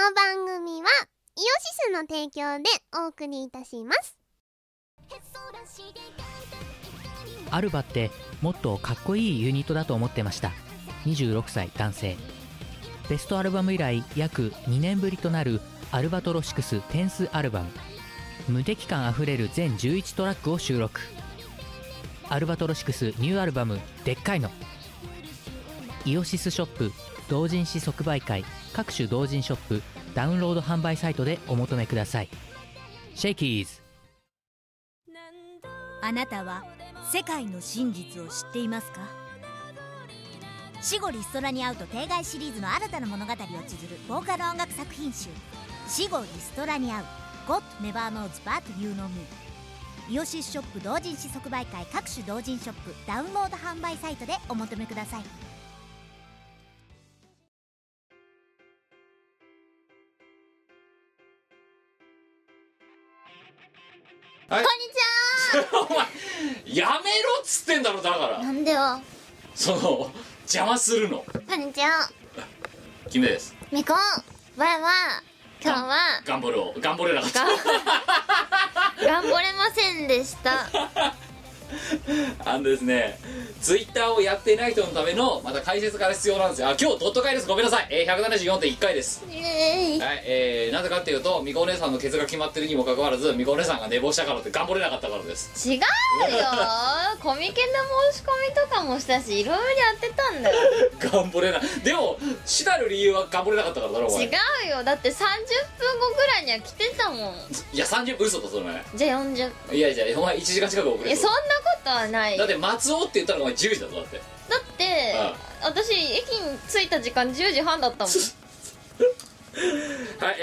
の番組はイオシスの提供でお送りいたします。 アルバってもっとかっこいいユニットだと思ってました。26歳男性。ベストアルバム以来約2年ぶりとなるアルバトロシクステンスアルバム。無敵感あふれる全11トラックを収録。アルバトロシクスニューアルバムでっかいの。イオシスショップ同人誌即売会各種同人ショップダウンロード販売サイトでお求めください。シェイキーズ。 あなたは世界の真実を知っていますか？死後リストラに会うと定外シリーズの新たな物語を綴るボーカル音楽作品集死後リストラに会う God Never Knows But You Know Me。 イオシスショップ同人誌即売会各種同人ショップダウンロード販売サイトでお求めください。 はい、こんにちは。 お前やめろっつってんだろ。だからなんでよ。 その邪魔するの。 こんにちは。 キムです。 みこん。わいわ。今日は頑張れなかった。 頑張れませんでした。 ですね、ツイッターをやっていない人のためのまた解説が必要なんですよ。今日ドット会です。ごめんなさい。174.1 回です。はい、なぜかっていうとみこお姉さんのケツが決まってるにもかかわらずみこお姉さんが寝坊したからって頑張れなかったからです。 違うよ。コミケの申し込みとかもしたしいろいろやってたんだよ。 頑張れな。でも主たる理由は頑張れなかったからだろお前。 違うよ。だって30分後ぐらいには来てたもん。 いや30分嘘だそれ。 じゃあ40。 いやお前1時間近く遅れる。 そんなことはない。 だって松尾って言ったらお前10時だぞ。だって私駅に着いた時間10時半だったもん。 はい、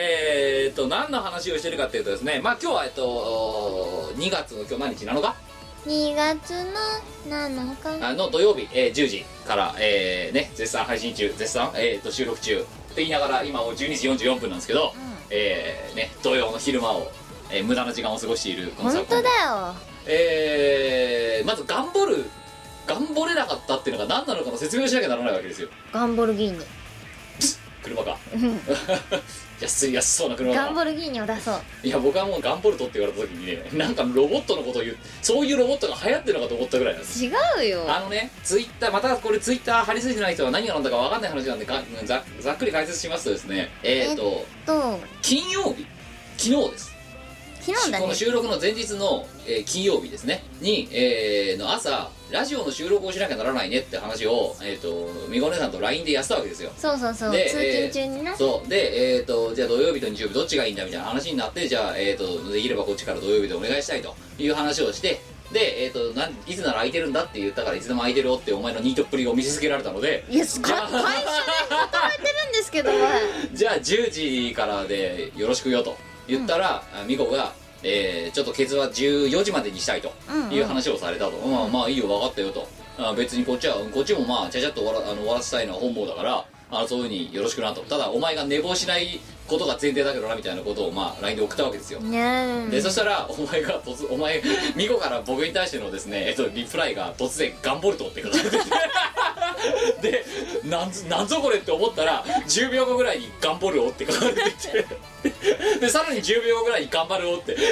何の話をしてるかっていうとですね、まあ今日は2月の今日何日なのか 2月の7日の土曜日、10時からね絶賛配信中、絶賛収録中って言いながら今もう12時44分なんですけど、ね土曜の昼間を無駄な時間を過ごしているこの本当だよ。 まず頑張れなかったっていうのが何なのかの説明をしなきゃならないわけですよ。 ガンボルギーニ。 車か安そうな車か。 ガンボルギーニを出そう。 いや僕はもうガンボルトって言われた時にね、なんかロボットのことを言う、そういうロボットが流行ってるのかと思ったぐらいなんです。 違うよ。 ツイッター、またこれツイッター貼り付いてない人は何がなんだか分かんない話なんでざっくり解説しますとですね、金曜日、昨日です。 昨日だね。 この収録の前日の、金曜日ですねに、の朝ラジオの収録をしなきゃならないねって話をみこねさんと LINE でやってたわけですよ。 そう通勤中にな。 そうでじゃあ土曜日と日曜日どっちがいいんだみたいな話になって、じゃあできればこっちから土曜日でお願いしたいという話をして、でいつなら空いてるんだって言ったからいつでも空いてるよってお前のニートっぷりを見せつけられたので、 いや会社で働いてるんですけどじゃあ10時からでよろしくよと言ったら、みこがちょっとケツは14時までにしたいという話をされたと。まあいいよ分かったよと。別にこっちもまあちゃちゃっと終わらせたいのは本望だからそういうふうによろしくなと。ただお前が寝坊しないことが前提だけどなみたいなことをLINE で送ったわけですよ。でそしたらお前ミコから僕に対してのですねリプライが突然ガンボルトって書かれててでなんぞこれって思ったら10秒後ぐらいにガンボルオって書かれててでさらに10秒後ぐらいに頑張るおって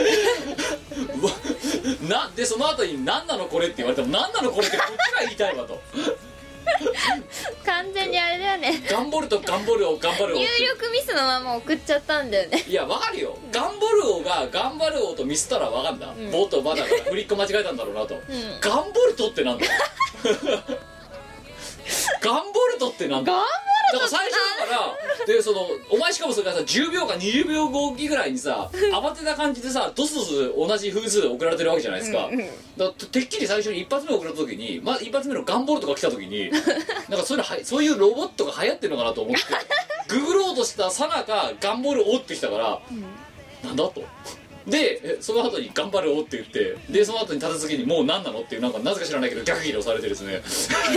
でその後に何なのこれって言われても何なのこれってこっちが言いたいわと完全にあれだよね。 頑張ると頑張るを頑張るを入力ミスのまま送っちゃったんだよね。 いやわかるよ。頑張る王が頑張る王とミスったらわかんだ、ボットバナからフリック間違えたんだろうなと、頑張るとってなんだ頑張るとってなんだ。だから最初だからでお前しかもそれからさ10秒か20秒後ぐらいにさ慌てた感じでさドスドス同じ分数で送られてるわけじゃないですか。だてっきり最初に一発目送られた時に一発目のガンボルトが来た時になんかそういうロボットが流行ってるのかなと思ってググろうとしたさなかガンボルおってきたから、なんだと。でその後に頑張るおって言って、でその後に立て続けにもう何なのっていう、なんかなぜか知らないけど逆ギレをされてですね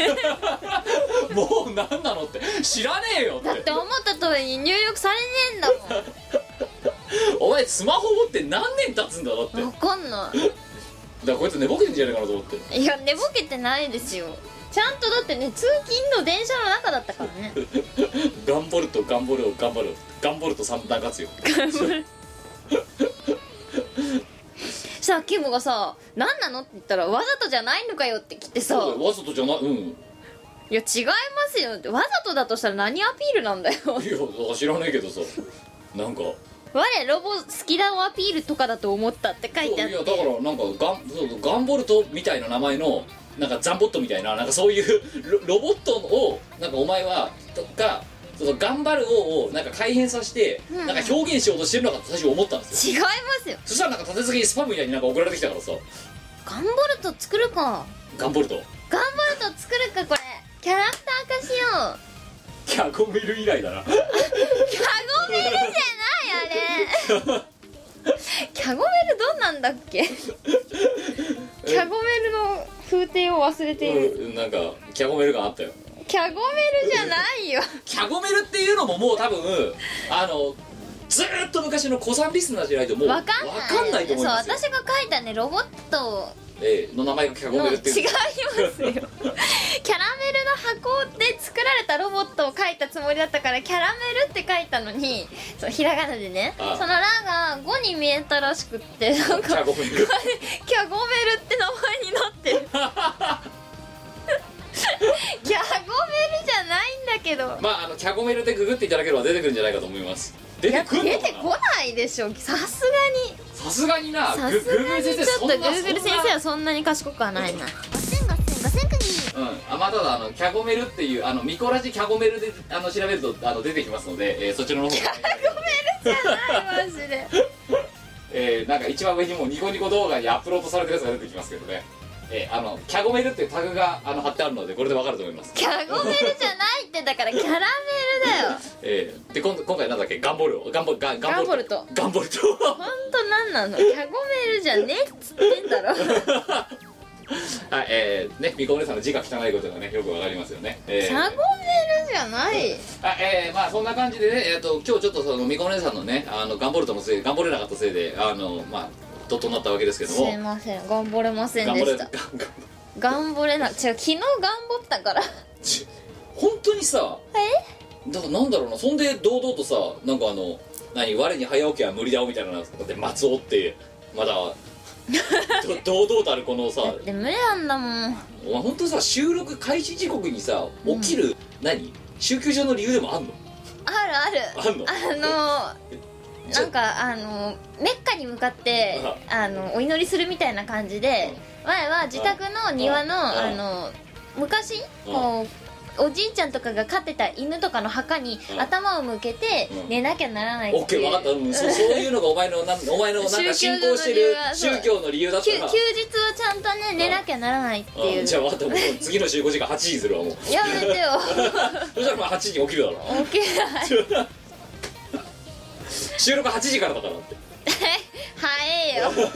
もう何なのって知らねえよって。 だって思った通りに入力されねえんだもんお前スマホ持って何年経つんだだって。 分かんない。 だからこいつ寝ぼけてんじゃねえかなと思って。 いや寝ぼけてないですよ。 ちゃんとだってね、通勤の電車の中だったからね。 頑張ると頑張るを頑張る、頑張ると3段活用。 さあキムがさ、何なのって言ったら、わざとじゃないのかよって来てさ、 そうだよ、わざとじゃない、うん。 いや違いますよって、わざとだとしたら何アピールなんだよ。 いや知らないけどさ、なんか我ロボ好きだをアピールとかだと思ったって書いてあって、 いやだからなんかガンボルトみたいな名前のなんかザンボットみたいな、なんかそういうロボットをなんかお前はとかその頑張るをなんか改変させて、 うんうん、 なんか表現しようとしてるのかと最初思ったんですよ。 違いますよ。 そしたらなんか立て続けにスパムみたいになんか送られてきたからさ、 ガンボルト作るか、 ガンボルトガンボルト作るか、これキャラクター化しよう。 キャゴメル以来だな。 キャゴメルじゃないあれ。キャゴメルどんなんだっけ。キャゴメルの風景を忘れている、 うん、なんかキャゴメル感あったよ。 キャゴメルじゃないよ。 キャゴメルっていうのももう多分ずーっと昔の古参リスナーじゃないともうわかんないと思いますよ。 そう、私が書いたねロボットの名前がキャゴメルっていう。 違いますよ。キャラメルの箱で作られたロボットを書いたつもりだったから、キャラメルって書いたのに、そうひらがなでね、その「ラ」が5に見えたらしくって、なんかキャゴメルキャゴメルって名前になってる。キャゴメルじゃないんだけど、 まあキャゴメルでググっていただければ出てくるんじゃないかと思います。出てくるのかな。 出てこないでしょ、さすがに。 さすがにな、 さすがにちょっとグーグル先生はそんなに賢くはないな。 ガセンガセンガセンクニー。 まあただキャゴメルっていうミコラジキャゴメルで調べると出てきますので、そちらの方キャゴメルじゃないマジで。 なんか一番上にもニコニコ動画にアップロードされてるやつが出てきますけどね、キャゴメルっていうタグが貼ってあるのでこれでわかると思います。 キャゴメルじゃないって、だからキャラメルだよ。 で今回なんだっけ、ガンボルトほんとなんなの、キャゴメルじゃねっつってんだろ。 はい、ね、みこお姉さんの字が汚いことがねよくわかりますよね。 キャゴメルじゃない。 まあそんな感じでね、今日ちょっとそのみこお姉さんのねガンボルトのせいで頑張れなかったせいでまあドットになったわけですけども、 すいません、頑張れませんでした。頑張れな、違う、昨日頑張ったから。 本当にさ、だからなんだろうな、そんで堂々とさ、なんか我に早起きは無理だよみたいな、だって松尾ってまだ堂々たるこのさ、 で無理なんだもん。 お前本当さ、収録開始時刻にさ起きる、宗教上の理由でもあんの？ ある。なんかメッカに向かってお祈りするみたいな感じで、前は自宅の庭の昔こうおじいちゃんとかが飼ってた犬とかの墓に頭を向けて寝なきゃならないっていう。 オッケー、分かった。そういうのがお前のなんか信仰してる宗教の理由だったら、 休日はちゃんとね寝なきゃならないっていう。 じゃあ分かった、もう次の集合時間8時するわ、もう。 やめてよ。 そしたら8時に起きるだろ。 起きない。 収録8時からだからって。 早えよ。これで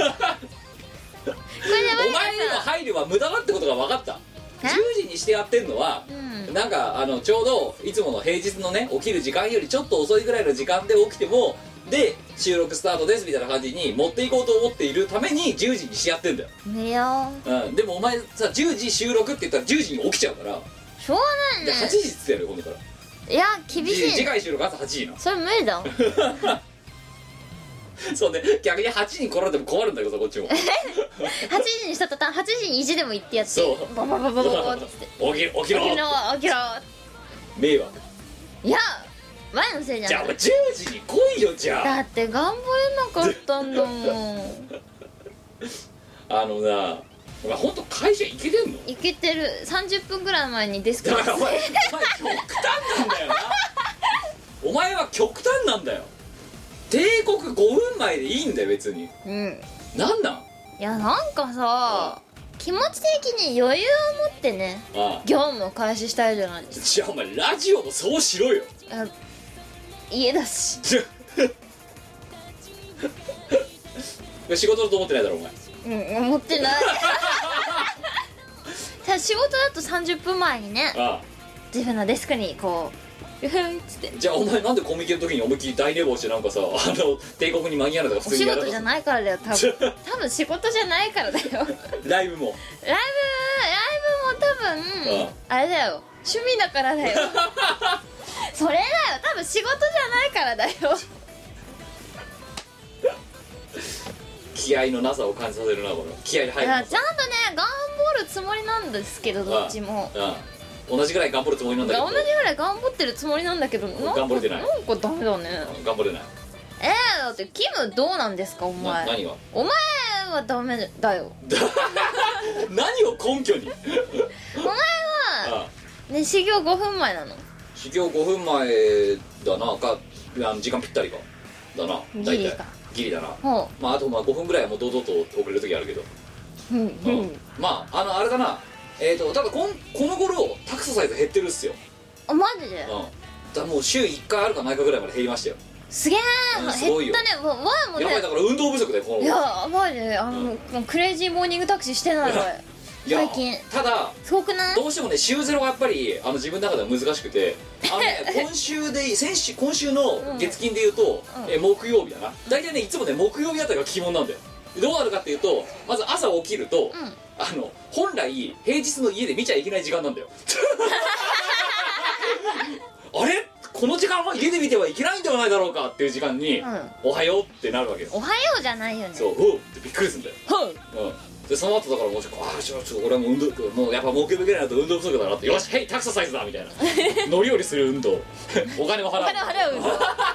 お前への配慮は無駄だってことが分かった。10時にしてやってんのは、なんかちょうどいつもの平日のね起きる時間よりちょっと遅いぐらいの時間で起きても、で収録スタートですみたいな感じに持っていこうと思っているために10時にしてやってんだよ。 寝よう。でもお前さ、10時収録って言ったら10時に起きちゃうから、 しょうがないね。 で8時っつってやるよ今度から。 いや厳しい。 次回収録朝8時な。 それ無理だ。 そうね、逆に8時に来られても困るんだけどさ、こっちも。 8時にした途端8時に意地でも行ってやって、 そうババババババって起きろ迷惑。いや前のせいじゃん。 じゃあ10時に来いよ。じゃあだって頑張れなかったんだもん。 お前本当会社行けてんの？ 行けてる。30分ぐらい前にデスクだからお前極端なんだよな。お前は極端なんだよ。帝国5分前でいいんだよ別に。なんなん？ いやなんかさ、気持ち的に余裕を持ってね、業務を開始したいじゃないですか。 じゃあお前ラジオもそうしろよ。 家だし。 仕事だと思ってないだろお前。 思ってない。仕事だと30分前にね、自分のデスクにこうつって。 じゃあお前なんでコミケの時に思いっきり大寝坊してなんかさ、帝国に間に合うのが普通にやるの？ お仕事じゃないからだよ多分。多分仕事じゃないからだよ。 ライブも多分分あれだよ、趣味だからだよそれだよ、多分仕事じゃないからだよ気合のなさを感じさせるな、これ気合で入る。 いやちゃんとね頑張るつもりなんですけど、どっちも同じぐらい頑張るつもりなんだけど、 同じぐらい頑張ってるつもりなんだけど、 頑張れてない。 なんかダメだね。 頑張れない。 だってキムどうなんですか、お前。 何がお前はダメだよ何を根拠にお前はね、修行5分前なの。 修行5分前だなか、時間ぴったりかだな、 ギリかギリだな。 ほまああとまあ5分ぐらいはもう堂々と遅れる時あるけど、まああれだな、ただこの頃タクササイズ減ってるっすよ。 あ、マジで。 だもう週1回あるかないかぐらいまで減りましたよ。 すげえ、 すごいよ。 減ったね。わもね、 やばい、だから運動不足でこの。 いやマジでクレイジーモーニングタクシーしてないこれ最近。 ただすごくない？ どうしてもね、週ゼロがやっぱり自分の中では難しくて、今週の月金でいうと、木曜日だな。大体ねいつもね木曜日あたりが基本なんだよ。どうなるかっていうと、まず朝起きると、本来平日の家で見ちゃいけない時間なんだよあれこの時間は家で見てはいけないんではないだろうかっていう時間に、おはようってなるわけよ。 おはようじゃないよね。 そう、おうってびっくりするんだよ。でその後だからもうちょっと俺はもうもうやっぱ木曜日ぐらいだと運動不足だなって、よしヘイタクササイズだみたいな乗り降りする運動お金を払う運動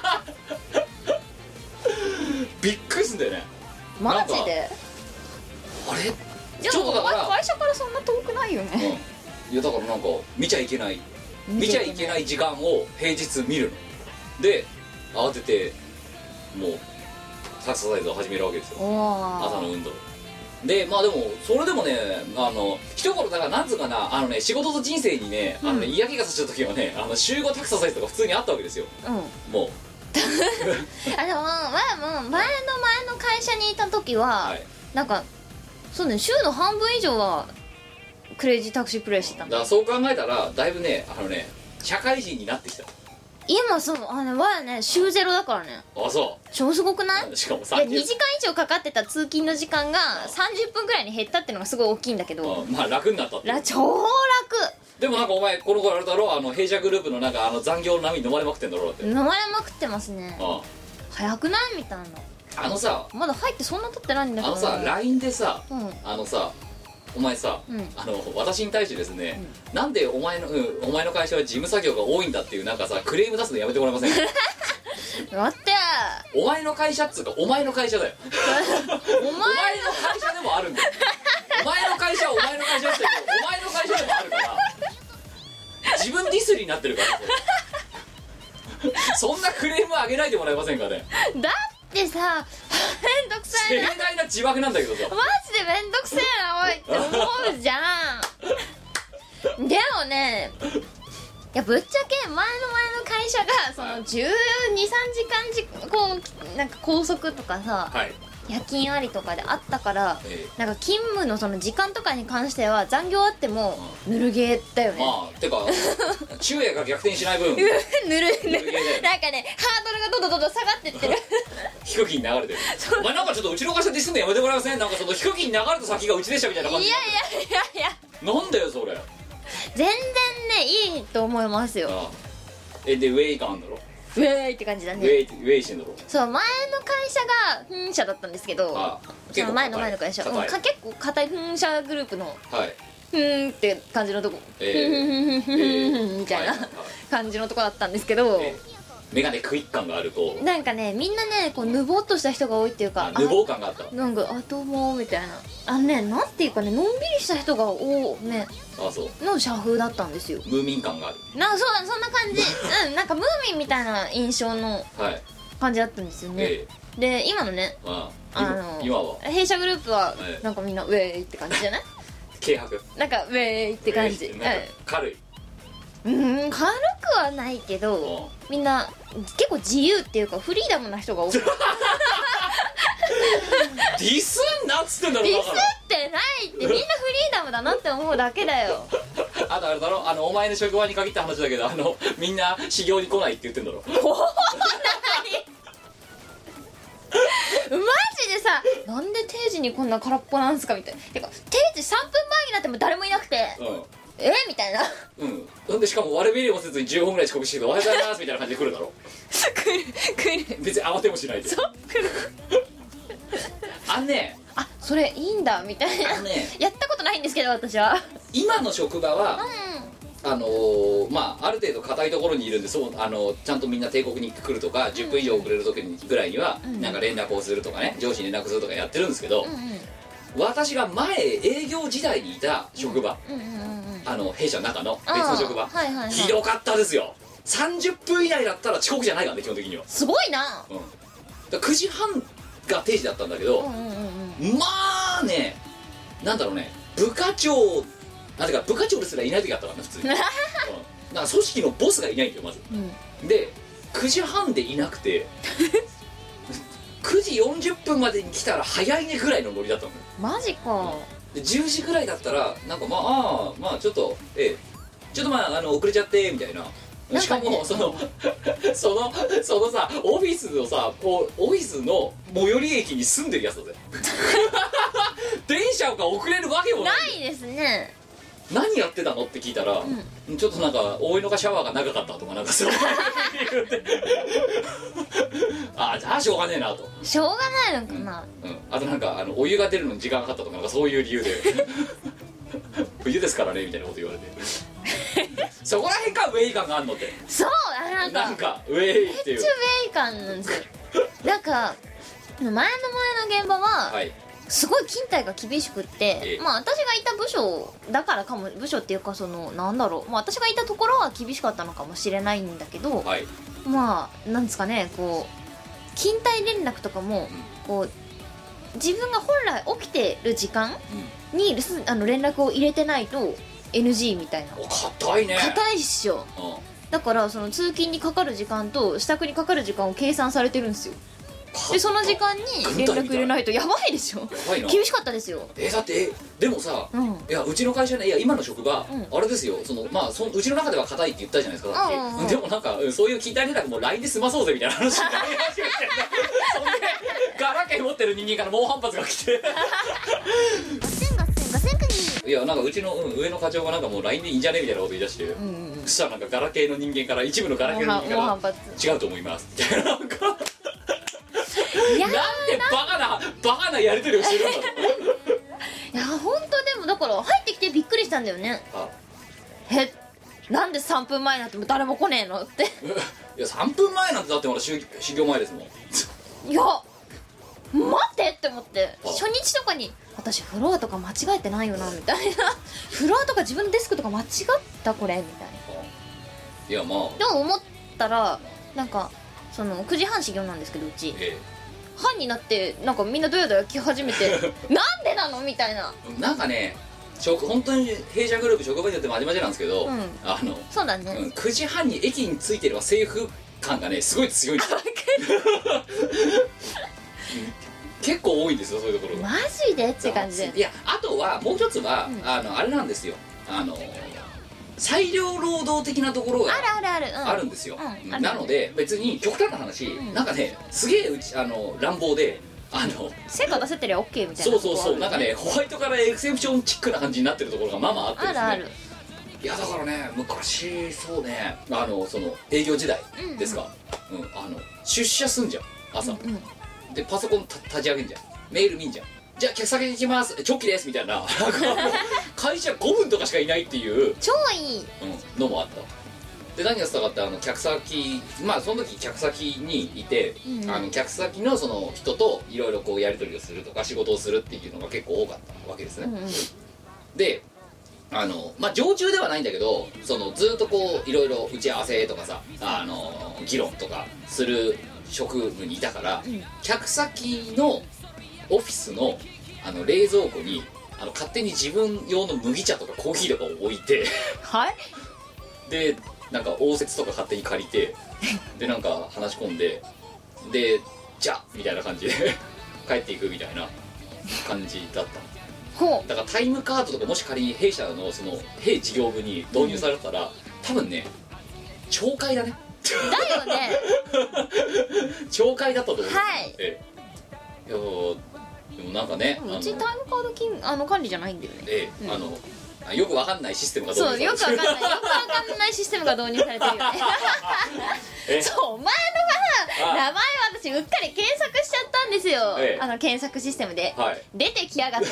びっくりすんだよね。 マジで。 あれでもお前会社からそんな遠くないよね。 いやだからなんか見ちゃいけない時間を平日見るので、慌ててもうタクササイズを始めるわけですよ、朝の運動で。まあでもそれでもね、一頃だからなんつうかな、仕事と人生にね、嫌気がさせた時はね、週5タクササイズとか普通にあったわけですよ。もうでも前の会社にいた時は、なんかそうね、週の半分以上はクレイジータクシープレイしてたんだ。 だからそう考えたらだいぶね、社会人になってきた。 今そうはね週ゼロだからね。 あ、そう超すごくない？ しかもいや2時間以上かかってた通勤の時間が30分くらいに減ったっていうのがすごい大きいんだけど、 まあ楽になったって。 超楽。 でもなんかお前この頃あれだろ、弊社グループのなんか残業の波に飲まれまくってんだろうって。 飲まれまくってますね。早くないみたいな。 さまだ入ってそんな経ってないんだけどさ、LINE でさ、お前さ、私に対してですね、なんでお前の会社は事務作業が多いんだっていうなんかさクレーム出すのやめてもらえませんか待ってお前の会社っつうかお前の会社だよお前の会社でもあるんだよお前の会社はお前の会社って言うけどお前の会社でもあるから自分ディスりになってるからそんなクレームあげないでもらえませんかね。 だってさめんどくさいな、 盛大な自爆なんだけどさ、 マジでめんどくせえなおいって思うじゃんでもね、いやぶっちゃけ前の会社がその12、3時間こうなんか拘束とかさ、夜勤ありとかであったから、なんか勤務のその時間とかに関しては残業あってもぬるゲーだよね。 てか昼夜が逆転しない分ぬるなんかねハードルがどんどん下がってってる低気に流れてるお前なんかちょっとうちの会社ディスんのやめてもらえません？なんかその低気に流れた先がうちでしたみたいな感じ。いやなんだよそれ。 全然ねいいと思いますよ。 でウェイがあんだろ。 ウェイって感じだね。 ウェイしてんだろ。 そう、前の会社が噴射だったんですけど、その前の会社結構硬い噴射グループのふんって感じのとこ、ふんみたいな感じのとこだったんですけど、 メガネクイッ感があるとなんかねみんなねこうぬぼっとした人が多いっていうか、 ぬぼう感があった。 なんかどうもみたいななんていうかねのんびりした人がそうの社風だったんですよ。 ムーミン感がある。 そうだそんな感じなんかムーミンみたいな印象の感じだったんですよね。で今のね今は弊社グループはなんかみんなウェイって感じじゃない？ 軽薄なんかウェイって感じ。 軽い。 軽くはないけどみんな結構自由っていうかフリーダムな人が多いディスんなっつってんだろ。 ディスってないってみんなフリーダムだなって思うだけだよあとあれだろ、お前の職場に限った話だけどみんな修行に来ないって言ってんだろマジでさなんで定時にこんな空っぽなんすかみたいな。てか定時3分前になっても誰もいなくて、 みたいな。 なんでしかも悪びれもせずに15分ぐらい遅刻しておはようございますみたいな感じで来るだろ。 来る別に慌てもしないで。 そう来るね、 それいいんだみたいな。 ね、 やったことないんですけど私は。 今の職場は、まあある程度硬いところにいるんで、そうちゃんとみんな帝国に来るとか、10分以上遅れる時ぐらいには、なんか連絡をするとかね、上司に連絡するとかやってるんですけど、私が前営業時代にいた職場、弊社の中の別の職場、ひどかったですよ。30分以内だったら遅刻じゃないからね、基本的には。 すごいな。 だ9時半が定時だったんだけど、まあね、なんだろうね、部課長なんてか部課長ですらいない時あったからね、普通に。なんか組織のボスがいないんだよまず、で9時半でいなくて9時40分までに来たら早いねぐらいのノリだったのよ。 マジか。 で10時ぐらいだったらなんかまあちょっとちょっと遅れちゃってみたいな。しかもそのさオフィスのさオフィスの最寄り駅に住んでるやつだぜ。電車が遅れるわけもないないですね。 何やってたのって聞いたら、ちょっとなんか大江戸がシャワーが長かったとかなんかそう言ってじゃあしょうがねえなと。 しょうがないのかな。 あとなんかお湯が出るのに時間かかったとかなんかそういう理由で冬ですからねみたいなこと言われてそこら辺かウェイ感があんのって。 そうなんかウェイっていうめっちゃウェイ感なんですよ。なんか前の現場は、すごい勤怠が厳しくって、まあ私がいた部署だからかも、部署っていうかなんだろう、まあ私がいたところは厳しかったのかもしれないんだけど、まあなんですかね、こう勤怠連絡とかもこう自分が本来起きてる時間に連絡を入れてないと NG みたいな。 硬いね。 硬いっしょ。だから通勤にかかる時間と支度にかかる時間を計算されてるんですよ。でその時間に連絡入れないとやばいでしょ。厳しかったですよ。 だってでもさ、いやうちの会社ね、いや今の職場、あれですよ、うちの中では硬いって言ったじゃないですかさっき。でもなんかそういう聞いた連絡も LINE で済まそうぜみたいな話になり始めて、そんでガラケー持ってる人間から猛反発が来ていやなんかうちの、上の課長がなんかもう LINE でいいんじゃねみたいなこと言い出して、そしたらなんかガラケーの人間から一部のガラケーの人間から違うと思いますみたいな、なんかなんでバカなやり取りをしてるんだと。 いや本当でもだから入ってきてびっくりしたんだよね。なんで3分前なんて誰も来ねえのっていや3分前なんてだってまだ修行前ですもん。 いや待ってって思って、初日とかに私フロアとか間違えてないよなみたいなフロアとか自分のデスクとか間違ったこれみたいな。 いやまあでも思ったらなんか9時半始業なんですけどうち、半になってなんかみんなドヤドヤ来始めてなんでなのみたいな。 なんかね本当に弊社グループ職場によってまじまじなんですけど、 そうだね、 9時半に駅に着いてればセーフ感がねすごい強いんですよ結構多いんですよそういうところが。 マジでって感じで。 いやあとはもう一つは、あれなんですよ、裁量労働的なところがあるんですよ。なので別に極端な話、なんかねすげえ乱暴で成果出せてりゃ OK みたいな。 そうなんかねホワイトからエクセプションチックな感じになってるところがまあまああってですね。 あるいやだからね昔そうね営業時代ですか、出社すんじゃん朝、でパソコン立ち上げんじゃん、メール見んじゃん、じゃあ客先に行きます直帰ですみたいな会社5分とかしかいないっていう超いい、 のもあった。で何やってたかって客先、まあその時客先にいて、客先のその人といろいろこうやり取りをするとか仕事をするっていうのが結構多かったわけですね。でまあ常駐ではないんだけどずっとこういろいろ打ち合わせとかさ議論とかする職務にいたから、客先のオフィスの冷蔵庫に勝手に自分用の麦茶とかコーヒーとかを置いてはいでなんか応接とか勝手に借りてでなんか話し込んででじゃあみたいな感じで帰っていくみたいな感じだった。だからタイムカードとかもし仮に弊社の弊事業部に導入されたら、多分ね懲戒だねだよね懲戒だったと思う。 はい。 いやでもなんかねうちタイムカード管理じゃないんだよね。 よくわかんないシステムがそうよくわかんないシステムが導入されてるよねそうお前のが名前を私うっかり検索しちゃったんですよ、検索システムで、はい、出てきやがって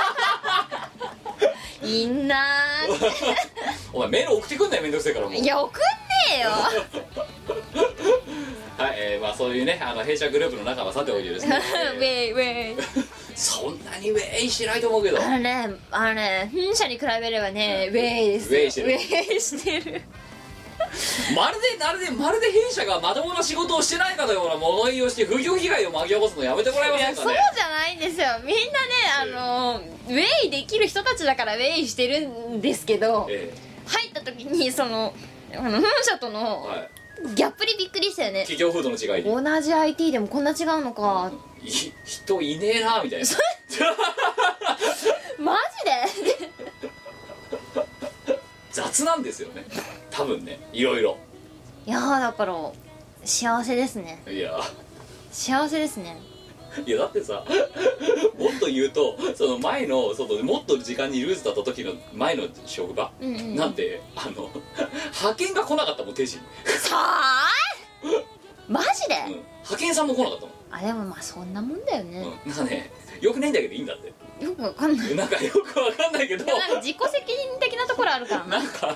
いんなーお前メール送ってくんないめんどくせえからもう。 いや送んねえよはい、まあそういうね弊社グループの仲はさておいてですねウェイウェイそんなにウェイしないと思うけど、 あのね弊社に比べればね、ウェイですよ。ウェイしてるまるで弊社がまともな仕事をしてないかのような物言いをして風評被害を巻き起こすのやめてもらえませんかね。 いやそうじゃないんですよ。みんなねウェイできる人たちだからウェイしてるんですけど、入った時にその本社とのギャップにびっくりしたよね。 企業風土の違いに同じ IT でもこんな違うのか、 人いねえなみたいなマジで雑なんですよね多分ね、いろいろ。 いやだから幸せですね。 いや幸せですね。 いやだってさもっと言うとその前のもっと時間にルーズだった時の前の職場、なんて派遣が来なかったもん手品さあマジで、 派遣さんも来なかったもん。 あでもまあそんなもんだよね、 なんかねよくないんだけどいいんだって。 よくわかんないなんかよくわかんないけどなんか自己責任的なところあるからなんか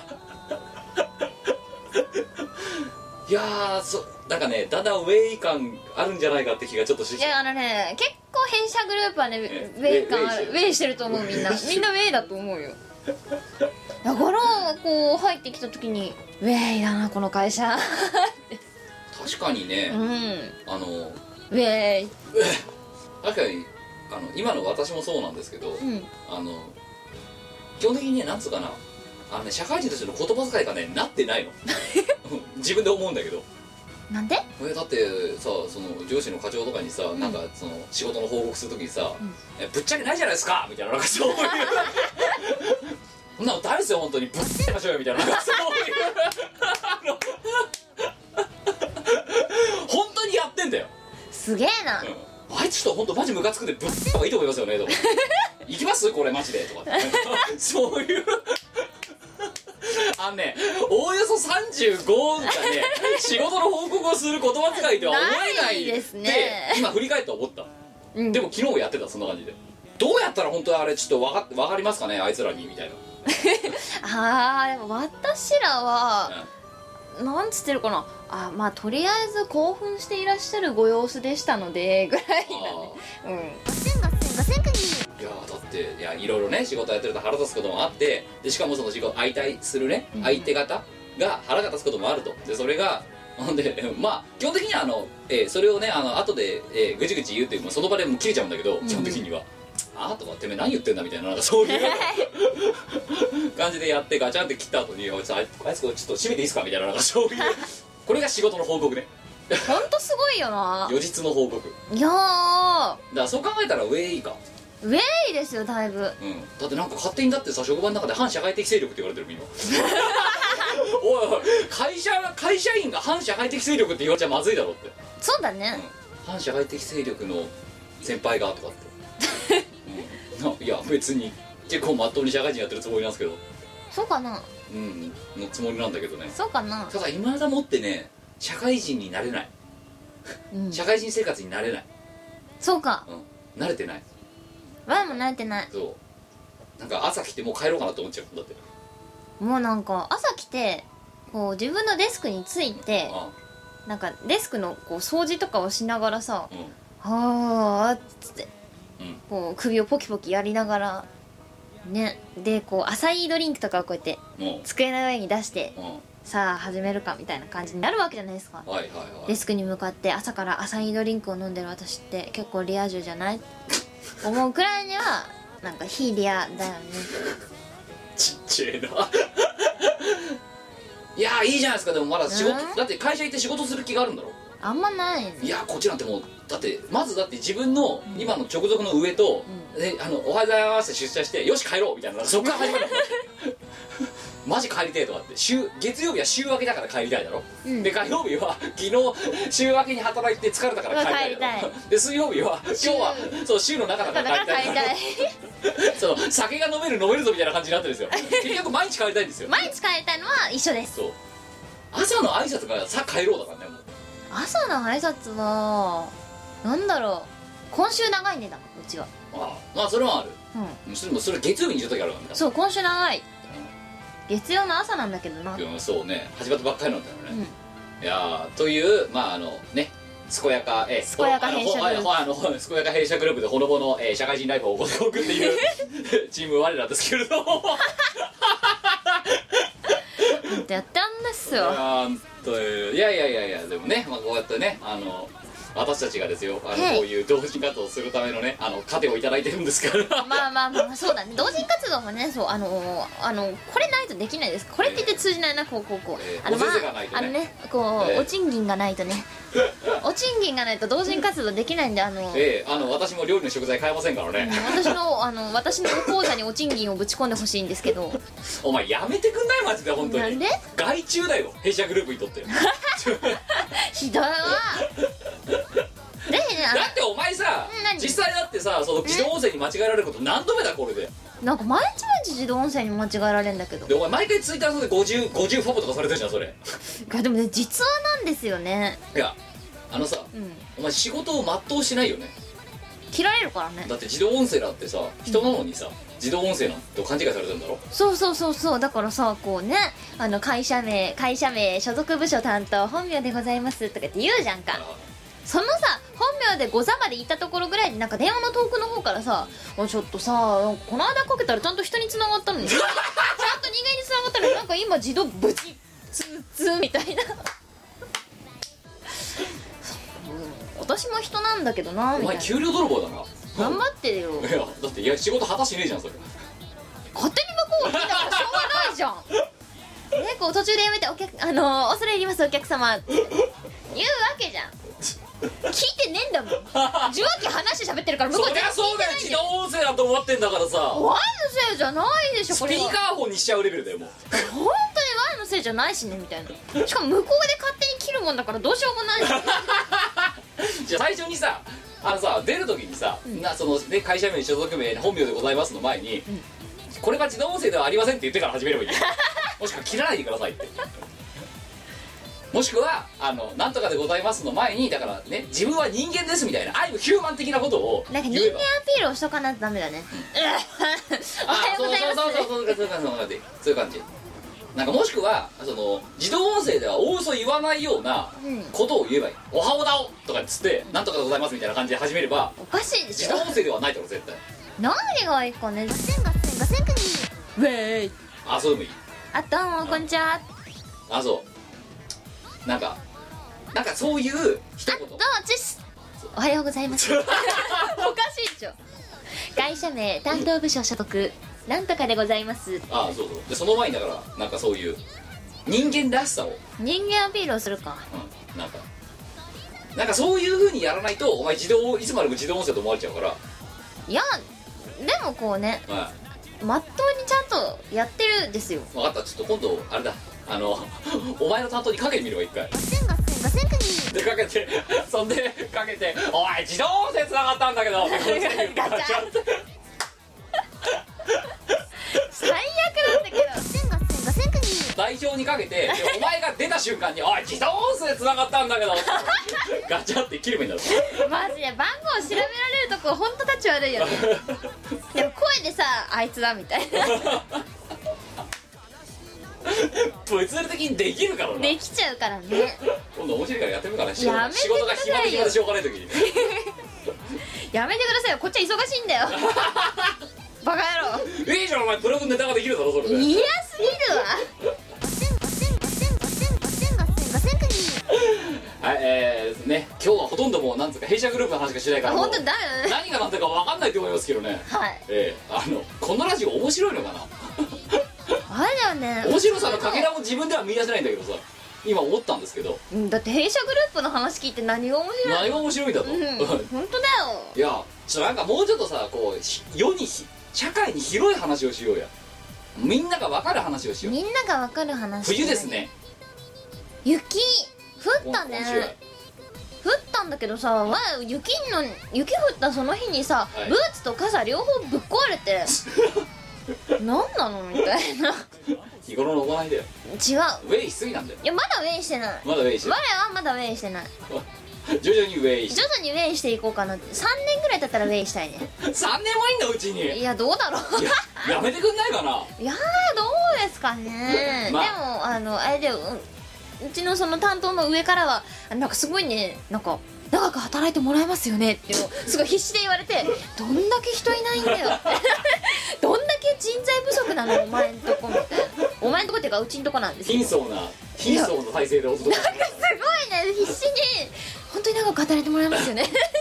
いやなんかねだんだんウェイ感あるんじゃないかって気がちょっとして。 いや結構弊社グループはねウェイ感ある。ウェイしてると思う。みんなウェイだと思うよ。だからこう入ってきた時にウェイだなこの会社確かにね、 ウェイ確かに今の私もそうなんですけど、基本的にねなんつうかな社会人としての言葉遣いがねなってないの自分で思うんだけど。 なんで？ だってさその上司の課長とかにさ、なんかその仕事の報告するときにさ、ぶっちゃけないじゃないですかみたいな、なんかそういうそんなのダメですよ本当にぶっつけましょうよみたいな、なんかそういう本当にやってんだよ。 すげえな、 あいつちょっと本当マジムカつくんでぶっつけた方がいいと思いますよねとか行きますこれマジでとかそういうおおよそ35がね仕事の報告をする言葉遣いとは思えないですね。 今振り返って思った、でも昨日やってたそんな感じで。どうやったら本当にあれちょっと分かりますかねあいつらにみたいなでも私らは、なんつってるかな、まあとりあえず興奮していらっしゃるご様子でしたのでぐらいだね。 いやだっていろいろね仕事やってると腹立つこともあって、でしかもその仕事相対するね、相手方が腹が立つこともあると。でそれがでまあ基本的にはそれをね後で、ぐちぐち言うっていうその場でもう切れちゃうんだけど、基本的にはとかてめえ何言ってんだみたいな、なんかそういう感じでやってガチャンって切った後にあいつちょっと閉めていいですかみたいな、なんかそういうこれが仕事の報告ね。 ほんとすごいよな予実の報告。 いやだからそう考えたらウェイか。 ウェイですよだいぶ。 だってなんか勝手にだってさ職場の中で反社会的勢力って言われてる今おい会社員が反社会的勢力って言われちゃまずいだろって。 そうだね、 反社会的勢力の先輩がとかっていや別に結構まっとうに社会人やってるつもりなんですけど。 そうかな。 のつもりなんだけどね。 そうかな。 ただ今だもってね社会人になれない、社会人生活になれない。 そうか、 慣れてない。 前も慣れてない。 そうなんか朝来てもう帰ろうかなと思っちゃう。だってもうなんか朝来てこう自分のデスクについてなんかデスクのこう掃除とかをしながらさ、はーっつって、こう首をポキポキやりながらね、でこうアサイードリンクとかをこうやって机の上に出して、さあ始めるかみたいな感じになるわけじゃないですか。デスクに向かって朝からアサイードリンクを飲んでる私って結構リア充じゃない思うくらいにはなんか非リアだよね。 ちっちゃいないやいいじゃないですか。でもまだ仕事、だって会社行って仕事する気があるんだろ。 あんまないね。 いやこっちなんてもうだってまずだって自分の今の直属の上と、おはようございますって出社してよし帰ろうみたいな、そこから始まるマジ帰りたいとかって月曜日は週明けだから帰りたいだろ、うん、で火曜日は昨日週明けに働いて疲れたから帰りたいだろで水曜日は今日はそう週の中だから帰りたいそう酒が飲めるぞみたいな感じになってるんですよ結局毎日帰りたいんですよ。 毎日帰りたいのは一緒です。そう朝の挨拶がさ帰ろうだからね。もう朝の挨拶はなんだろう、今週長いねだうちは。 まあそれはある、うん、それ月曜日に言う時あるからね。 そう今週長い、月曜の朝なんだけどな。 そうね、始まったばっかりなんだよね、うん、いやというまあね健やか弊社グループでほのぼの、社会人ライフを送っているチーム我らですけれどもやってらんないっすよ。 いやでもね、まあ、こうやってね私たちがですよこういう同人活動をするためのね糧をいただいてるんですからまあそうだね、同人活動もね、そうこれないとできないです。これって言って通じないな、こうお賃金がないとねお賃金がないと同人活動できないんで私も料理の食材買えませんからね、 私の口座にお賃金をぶち込んでほしいんですけどお前やめてくんないマジで本当に。 なんで害虫だよ弊社グループにとってひどいわだってお前さ実際だってさその自動音声に間違えられること何度目だこれで。 なんか毎日自動音声に間違えられるんだけど。 でお前毎回ツイッターで50フォボとかされてるじゃんそれ。 いやでもね実話なんですよね。 いやさ、お前仕事を全うしないよね。 切られるからね。 だって自動音声だってさ人なのにさ、自動音声なんて勘違いされてるんだろ。 そうだからさこうね会社名所属部署担当本名でございますとかって言うじゃんか。そのさ本名でござまで言ったところぐらいでなんか電話の遠くの方からさちょっとさこの間かけたらちゃんと人に繋がったのにちゃんと人間に繋がったのになんか今自動ブチツーみたいな私も人なんだけどなみたいな。 お前給料泥棒だな。 頑張ってよ。 いやだって仕事果たしねえじゃんそれ。 勝手に向こうが聞いたからしょうがないじゃんね、こう途中でやめて恐れ入りますお客様って言うわけじゃん。聞いてねえんだもん受話器話して喋ってるから向こうそりゃそうだよ、自動音声だと思ってんだからさ。 ワイのせいじゃないでしょこれは。 スピーカーフォンにしちゃうレベルだよもう本当にワイのせいじゃないしねみたいな。しかも向こうで勝手に切るもんだからどうしようもないじゃあ最初にさ出る時にさ、会社名所属名本名でございますの前に、これが自動音声ではありませんって言ってから始めればいいもしくは切らないでくださいってもしくはなんとかでございますの前にだからね自分は人間ですみたいなアイムヒューマン的なことをなんか人間アピールをしとかないとダメだねおはようございますそういう感じなんかもしくは自動音声ではおおそ言わないようなことを言えばいい、おはおだおとかっつってなんとかでございますみたいな感じで始めればおかしいでしょ。 自動音声ではないだろ絶対。 何がいいかね。ガセンウェーイ。 そうでもいい。 どうもこんにちは。 そうなんかそういう一言。 どうもおはようございますおかしいでしょ。会社名担当部署所属なんとかでございます。 そうでその前にだからなんかそういう人間らしさを人間アピールをするか、 なんかそういう風にやらないとお前いつまでも自動音声と思われちゃうから。 いやでもこうね、まっとうにちゃんとやってるんですよ。 分かった、ちょっと今度あれだお前の担当にかけてみれば一回でかけてそんでかけておい自動音声つながったんだけどガチャって最悪なんだけど代表にかけてお前が出た瞬間におい自動音声つながったんだけどガチャって切ればいいんだろ。 マジで番号調べられるとこほんとタチ悪いよねでも声でさあいつだみたいな物理的にできるからな。 できちゃうからね。 今度面白いからやってみるからね。 やめてくださいよ。 仕事が暇で暇でしょうがない時にやめてくださいよ、こっちは忙しいんだよバカ野郎。 いいじゃんお前、ブログネタができるだろそれで。 嫌すぎるわはい、ね、今日はほとんどもうなんつうか弊社グループの話がしないから本当だよね。 何が何だか分かんないと思いますけどね。 はい。 このラジオ面白いのかなあれだよね。 面白さのかけらも自分では見出せないんだけどさ、今思ったんですけど、 だって弊社グループの話聞いて何が面白いの。 何が面白いんだと、 本当だよ。 いやなんかもうちょっとさこう社会に広い話をしようや。 みんなが分かる話をしよう。 みんなが分かる話。 冬ですね。 雪降ったね。 今週は降ったんだけどさ、雪降ったその日にさ、 はいブーツと傘両方ぶっ壊れて何なのみたいな。 日頃の行いだよ。 違う、 ウェイしすぎなんだよ。 いやまだウェイしてない。 まだウェイして我る。 はまだウェイしてない。 徐々にウェイして徐々にウェイしていこうかなって。3年ぐらい経ったらウェイしたいね。 3年もいいんだうちに。 いやどうだろう。 いややめてくんないかな。 いやーどうですかね、 までもあれでうちのその担当の上からはなんかすごいね、なんか長く働いてもらえますよねっていうのをすごい必死で言われて、どんだけ人いないんだよってどんだけ人材不足なのお前んとこみたいな。お前んとこっていうかうちんとこなんですけど、 貧相な体制でお届けなんかすごいね、必死に本当に長く働いてもらえますよね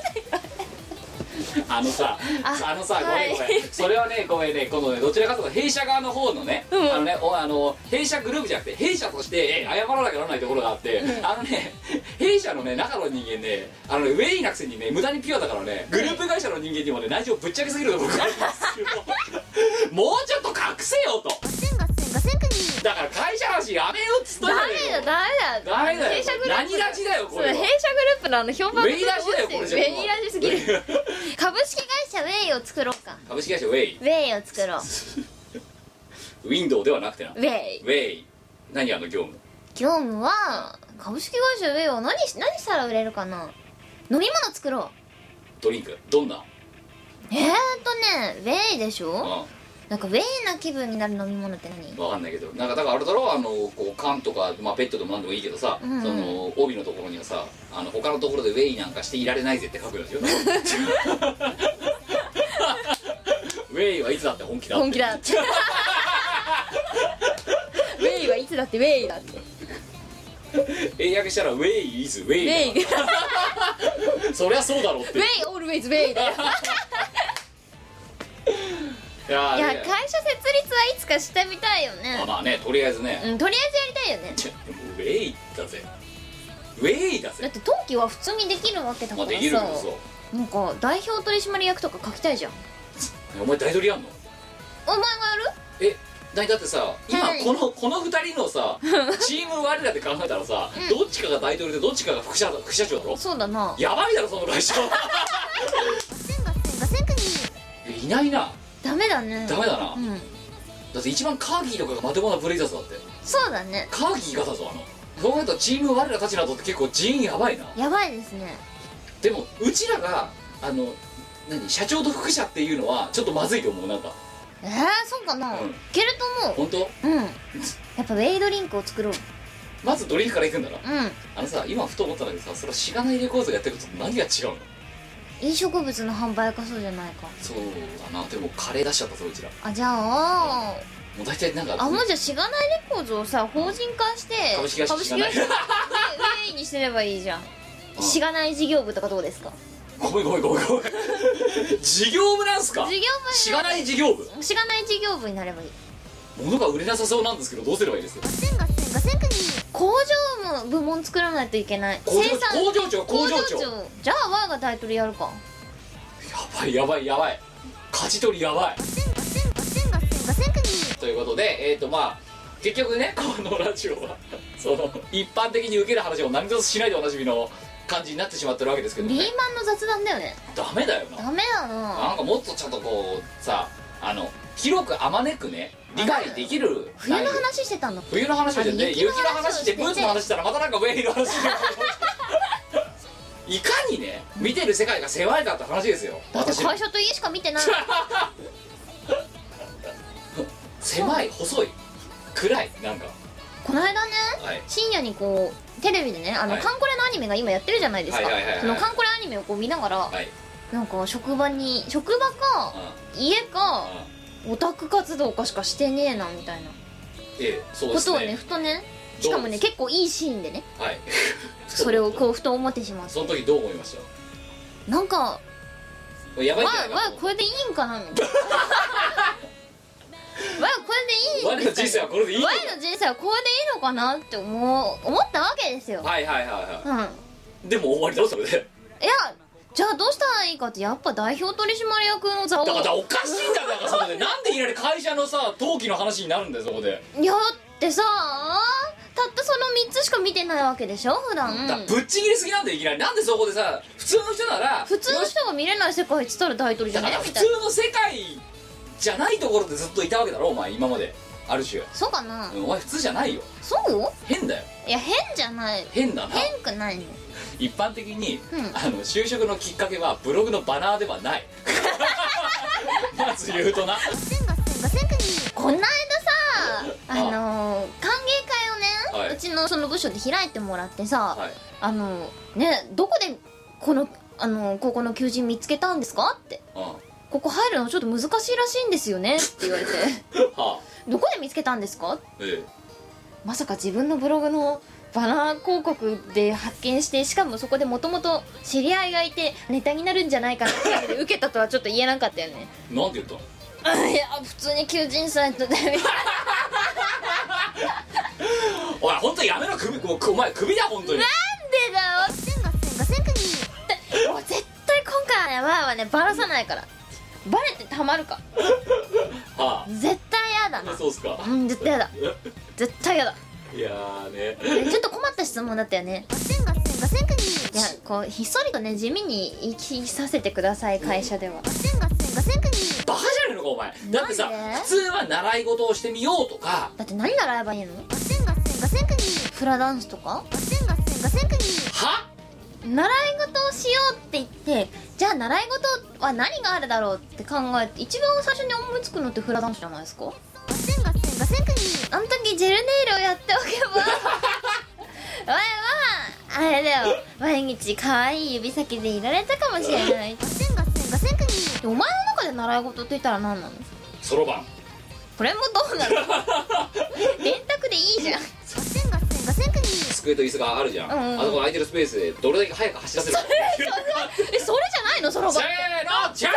あのさはいごめんそれはねごめんね、このねどちらかというと弊社側の方のね、弊社グループじゃなくて弊社として謝らなきゃならないところがあって、弊社のね中の人間ねウェイなくせにね無駄にピュアだからね、グループ会社の人間にもね内情ぶっちゃけすぎるところがあるんですよもうちょっと隠せよと。だから会社話やめよっつったじゃねえよ。ダメだよ。 弊社グループ何ラジだよこれは。 弊社グループの評判ウェイラジだよこれじゃ。 ウェイラジすぎる株式会社ウェイを作ろうか。 株式会社ウェイ。 ウェイを作ろう。 ウィンドウではなくてな。 ウェイウェイ。何業務。 業務は株式会社ウェイを何したら売れるかな。飲み物作ろう。 ドリンクどんな。 ウェイでしょ。なんかウェイな気分になる飲み物って何。 わかんないけど、なんかだからあれだろ、こう缶とか、まあ、ペットでもなんでもいいけどさ、 うんうんその帯のところにはさ他のところでウェイなんかしていられないぜって書くんですよウェイはいつだって本気だって。 本気だってウェイはいつだってウェイだって英訳したらウェイイズウェイウェイそりゃそうだろうってウェイオールウェイズウェイだよいや会社設立はいつかしてみたいよね。 まあね、とりあえずね、 とりあえずやりたいよね。 ウェイだぜウェイだぜ。 だって登記は普通にできるわけだからさ、 できるけどそうなんか代表取締役とか書きたいじゃん。 お前大取りやんの。 お前がやる？ だってさ今この2人のさチーム我らで考えたらさ、どっちかが大統領でどっちかが副社長だろ。 そうだな。 やばいだろその会社いないな。 ダメだね。 ダメだな、 うん。 だって一番カーギーとかがまともなブレイザーズだって。 そうだね。 カーギーがだぞそう考えたらチーム我らたちなどって結構人員やばいな。 やばいですね。 でもうちらが社長と副社っていうのはちょっとまずいと思う。なんかそうかな、 うんいけると思う。 本当。 うん。やっぱウェイドリンクを作ろう。 まずドリンクからいくんだな。 うん。 さ今ふと思ったんだけどさ、それはしがないレコードやってることと何が違うの。 飲食物の販売かそうじゃないか。 そうだな。でもカレー出しちゃったぞうちら。 じゃあもう大体なんかもうじゃあしがないレコードをさ法人化して株式会社しがないウェイにすればいいじゃん。しがない事業部とかどうですか。 ごめん事業部なんすか。 事業部しがない事業部。 しがない事業部になればいい。 物が売れなさそうなんですけどどうすればいいですか。 工場も部門作らないといけない。 工場長じゃあワーがタイトルやるか。 やばい勝ち取りやばいということで結局ねこのラジオはその一般的に受ける話を何一つしないでおなじみの感じになってしまってるわけですけどね。 リーマンの雑談だよね。 ダメだよな。 ダメだな。 なんかもっとちょっとこうさ広くあまねくね理解できる。 冬の話してたんだ。 冬の話をして雪の話してブーツの話したらまたなんかウェイの話していかにね見てる世界が狭いかって話ですよ。 だって会社と家しか見てない狭い細い暗いなんかこの間ね、 はい深夜にこうテレビでねカンコレのアニメが今やってるじゃないですか。そのカンコレアニメをこう見ながら、なんか職場か家かオタク活動かしかしてねえなみたいなことをねふとね、しかもね結構いいシーンでねそれをこうふと思ってしまって、 その時どう思いました。 なんかやばいんじゃないかわこれでいいんかなみたいなこれでいい我の人生はこれでいいのか。 我の人生はこれでいいのかなって思ったわけですよ。 でも終わりだろそれで。 いやじゃあどうしたらいいかって、やっぱ代表取締役の座を。 だからおかしいんだよ。だからそこでなんでいきなり会社のさ登記の話になるんだよそこで。 いやってさ、たったその3つしか見てないわけでしょ普段。 だぶっちぎりすぎなんだよいきなり。なんでそこでさ普通の人なら、 普通の人が見れない世界っつったら大統領じゃだから普ねみたいな。 通の世界じゃないところでずっといたわけだろお前今まで。ある種そうかな、 お前普通じゃないよ。 そう変だよ。 いや変じゃない、 変だな。 変くないの。 一般的に、 うん就職のきっかけはブログのバナーではないまず言うとな。 こないださ歓迎会をね、 はいうちのその部署で開いてもらってさ、 はいね、どこでこのここの求人見つけたんですかって、ここ入るのちょっと難しいらしいんですよねって言われてはあ、 どこで見つけたんですか、 えまさか自分のブログのバナー広告で発見して、しかもそこでもともと知り合いがいてネタになるんじゃないかなって感じで受けたとはちょっと言えなかったよねえ、なんて言ったの？ いや普通に求人サイトでおい本当やめろ。お前首だ本当に。 なんでだよもう絶対今回はねバラさないから。バレてたまるかは絶対やだな。 あ、そうっすか。 うん絶対やだ絶対やだ。 いやーねちょっと困った質問だったよね。いやこうひっそりとね地味に生きさせてください会社では。 バカじゃねえのかお前。だってさなんで普通は習い事をしてみようとか。 だって何習えばいいの？フラダンスとか？ は習い事をしようって言って、じゃあ習い事は何があるだろうって考えて一番最初に思いつくのってフラダンスじゃないですか？あの時ジェルネイルをやっておけば前はあれだよ、毎日可愛い指先でいられたかもしれない。お前の中で習い事って言ったら何なの？ そろばん。 これもどうなの？電卓でいいじゃん。 机と椅子があるじゃん、 うんうんあそこ空いてるスペースでどれだけ早く走らせるかそれじゃないのそろばん。 せーのじゃ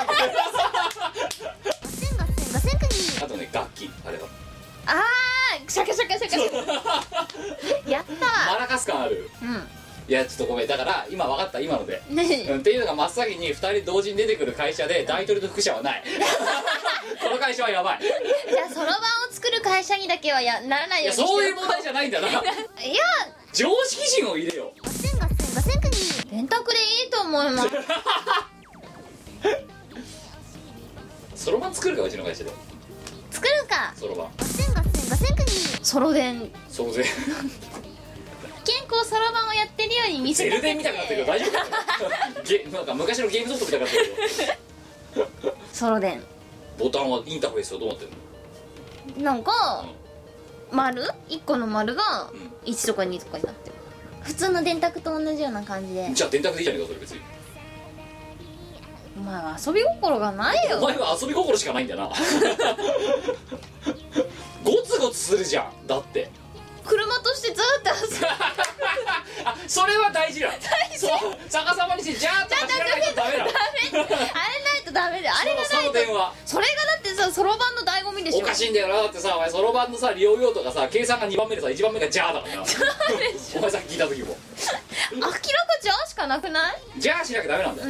ーあとね楽器あればあーシャカシャカシャカシャカやったマラカス感ある。いやちょっとごめんだから今分かった今ので、 ねっていうのが真っ先に2人同時に出てくる会社で大統領と副社はないこの会社はやばい。 じゃあそろばんを作る会社にだけはならないいやようにしてそういう問題じゃないんだないや常識人を入れよ電卓でいいと思いますそろばん作るかうちの会社で作るかそろばんソロ電総勢健康そろばんをやってるように見せゼルかけてデンみたいになってるけど大丈夫かなんか昔のゲームソフトみたいになってるよソロ電ボタンはインターフェースはどうなってるの？ なんか、丸1個の丸がうん 1とか2とかになってる。普通の電卓と同じような感じで。 じゃあ電卓でいいじゃねえかそれ別に。 お前は遊び心がないよ。 お前は遊び心しかないんだなゴツゴツするじゃんだって車としてずーっと遊ぶあそれは大事だ。そう逆さまにしてジャーッと走らないとダメだ。 あれないとダメだよ。あれがそないとの電話それがだってさそろばんの醍醐味でしょ。 おかしいんだよな。だってさお前そろばんのさ利用用途がさ計算が2番目でさ1番目がジャーだからなお前さっき聞いた時も明らかじゃあしかなくない？ ジャーしなきゃダメなんだよ、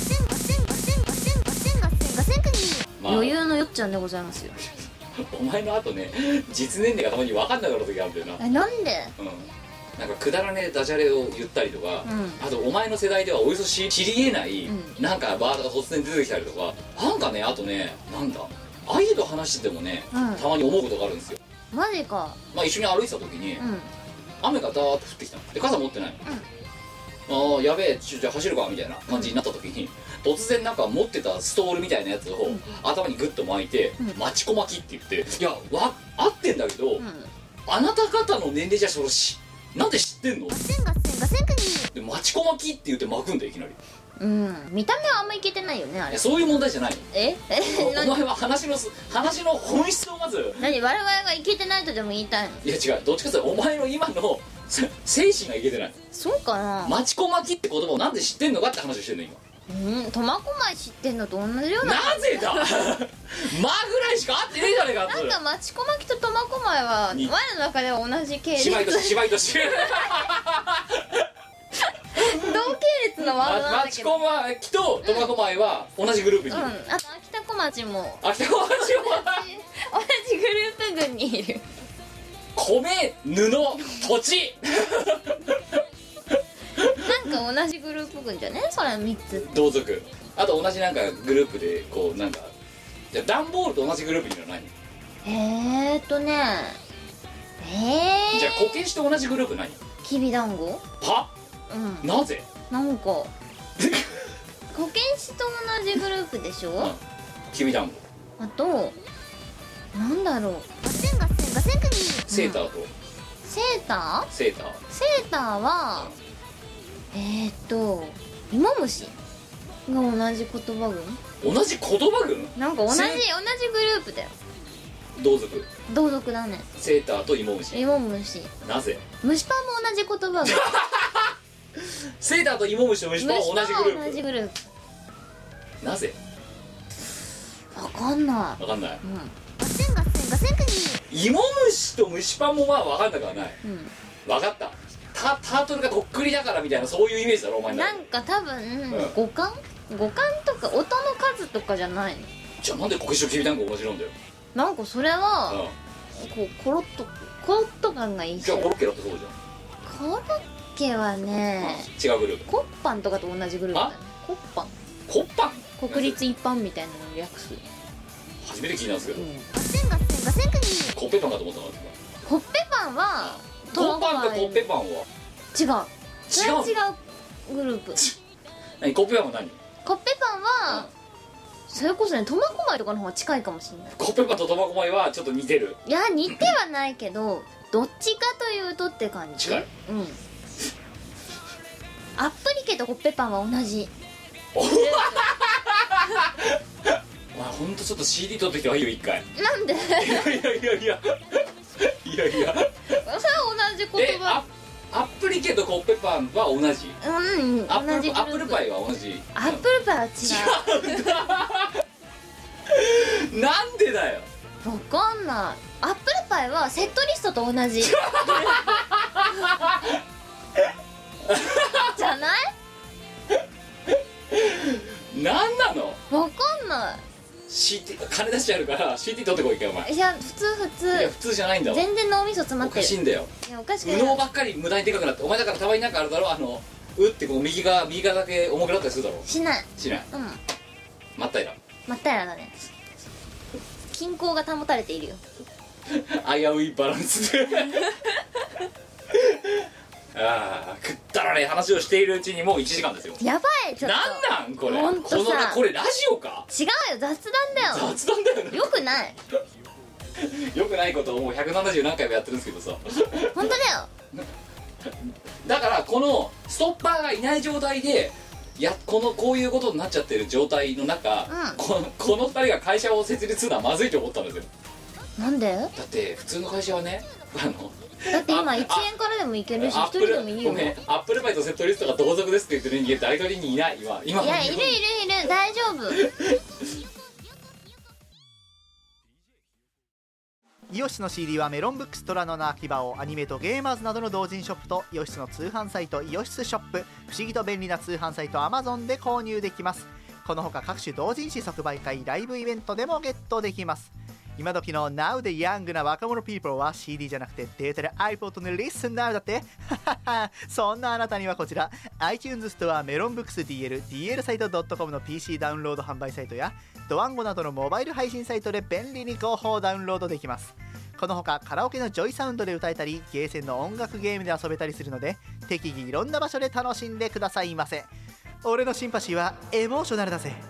まあ、 余裕のよっちゃんでございますよ。 お前のあとね実年齢がたまに分かんなくなる時があるんだよな。 なんで？ なんかくだらねえダジャレを言ったりとか、 うんあとお前の世代ではおよそ知り得ない、なんかワードが突然出てきたりとかなんかねあとねなんだ相手と話しててもね、たまに思うことがあるんですよ。 マジか。 まあ一緒に歩いてた時に、雨がダーッと降ってきたので傘持ってないの、ああやべえじゃあ走るかみたいな感じになった時に、突然なんか持ってたストールみたいなやつを頭にグッと巻いて、マチコ巻きって言って、いや合ってんだけど、あなた方の年齢じゃそれなんで知ってんのでマチコ巻きって言って巻くんだよいきなり。 見た目はあんまいけてないよねあれ。 そういう問題じゃないの。 えお前は話の本質をまず。 何我々がいけてないとでも言いたいの？ いや違うどっちかというとお前の今の精神がいけてない。 そうかな。 マチコ巻きって言葉をなんで知ってんのかって話をしてんの今。 苫小牧知ってんのと同じような。 なぜだまあぐらいしか合ってねえじゃねえかっつなんか町小牧と苫小牧は我の中では同じ系列芝居とし同系列のワードなんだ町けど、 小町と苫小牧は同じグループにいる、 あと秋田小町も秋田小町は同じグループ群にいる。 米布土地なんか同じグループ群じゃねそれ3つ。 同族、あと同じなんかグループでこうなんか、じゃあ段ボールと同じグループにいるのは何？じゃあこけしと同じグループ何？ きびだんご。 は？ うん。 なぜ？ なんかこけしと同じグループでしょ。 きびだんご、 あとなんだろう。 セーターとセーター？ セーター、 セーターは芋虫が同じ言葉群。 同じ言葉群？ なんか同じグループだよ。 同族。 同族だね。 セーターと芋虫。 芋虫。 なぜ？ 虫パンも同じ言葉群。 セーターと芋虫と虫パンは同じグループ。 同じグループ。 なぜ？ わかんない。 わかんない。 うん。 芋虫と虫パンもまあわかんなくはない。 うん。 わかった。タートルがとっくりだからみたいなそういうイメージだろお前の。 なんか多分、五感とか音の数とかじゃないの。 じゃあなんでこけしときびだんご同じなんだよ。 なんかそれは、こうコロッと感がいいし。 じゃあコロッケだってそうじゃコロッケはね、 違うグループ。 コッパンとかと同じグループだね。コッパン。 コッパン？ 国立一般みたいなのを略す。 初めて聞いたんですけど、 うん、 コッペパンかと思ったの。 コッペパンはコッパンとコッペパンは違う。それは違うグループ。 何？コッペパンは何？ コッペパンは、それこそね苫小牧とかの方が近いかもしれない。 コッペパンと苫小牧はちょっと似てる。 いや似てはないけどどっちかというとって感じ。 近い。 うん。アップリケとコッペパンは同じ。 まあほんとちょっと CD 取ってきてはいいよ一回。 なんで？ いやそれは同じ言葉。 アップリケとコッペパンは同じ。 うん、 ア同じグループ。 ップルパイは同じ。 アップルパイは違う。なんでだよ。 わかんない。アップルパイはセットリストと同じ。じゃない？ なんなの？ わかんない。 CD 金出してあるから CD 取ってこいかよお前。 いや普通。 いや普通じゃないんだわ。 全然脳みそ詰まってる。 おかしいんだよ。 いやおかしくない。 右脳ばっかり無駄にでかくなって、お前だからたまになんかあるだろ、うってこう右側だけ重くなったりするだろ。 しない。 しない。 うん。 まったいな。 まったいなだね。均衡が保たれているよ。 危ういバランスでああくったらね話をしているうちにもう1時間ですよ。 やばいちょっと。 なんこれ。 ほんとさこれラジオか？ 違うよ雑談だよ。 雑談だよね。 よくない。 よくないことをもう170何回もやってるんですけどさ。 本当だよ。 だからこのストッパーがいない状態でこういうことになっちゃってる状態の中、この2人が会社を設立するのはまずいと思ったんですよ。 なんで？ だって普通の会社はねだって今1円からでもいけるし1人でもいいよ。 ごめん、アップルパイとセットリストが同族ですって言ってる人間誰一人にいない。今いやいる大丈夫。 イオシスの CD はメロンブックストラノの秋葉をアニメとゲーマーズなどの同人ショップとイオシスの通販サイトイオシスショップ、不思議と便利な通販サイト Amazon で購入できます。このほか各種同人誌即売会ライブイベントでもゲットできます。今時の Now でヤングな若者 people は CD じゃなくてデータで iPod の Listen Now だってそんなあなたにはこちら iTunes ストアメロンブックス DL サイト .com の PC ダウンロード販売サイトやドワンゴなどのモバイル配信サイトで便利に広報ダウンロードできます。このほかカラオケのジョイサウンドで歌えたりゲーセンの音楽ゲームで遊べたりするので適宜いろんな場所で楽しんでくださいませ。俺のシンパシーはエモーショナルだぜ。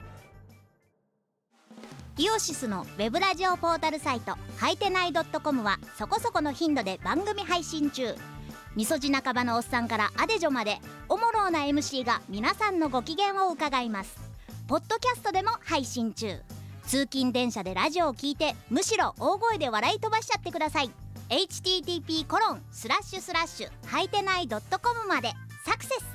イオシスのウェブラジオポータルサイトはいてない .com はそこそこの頻度で番組配信中。みそじ半ばのおっさんからアデジョまでおもろうな MC が皆さんのご機嫌を伺います。ポッドキャストでも配信中。通勤電車でラジオを聞いてむしろ大声で笑い飛ばしちゃってください。 http:// はいてない .com までサクセス。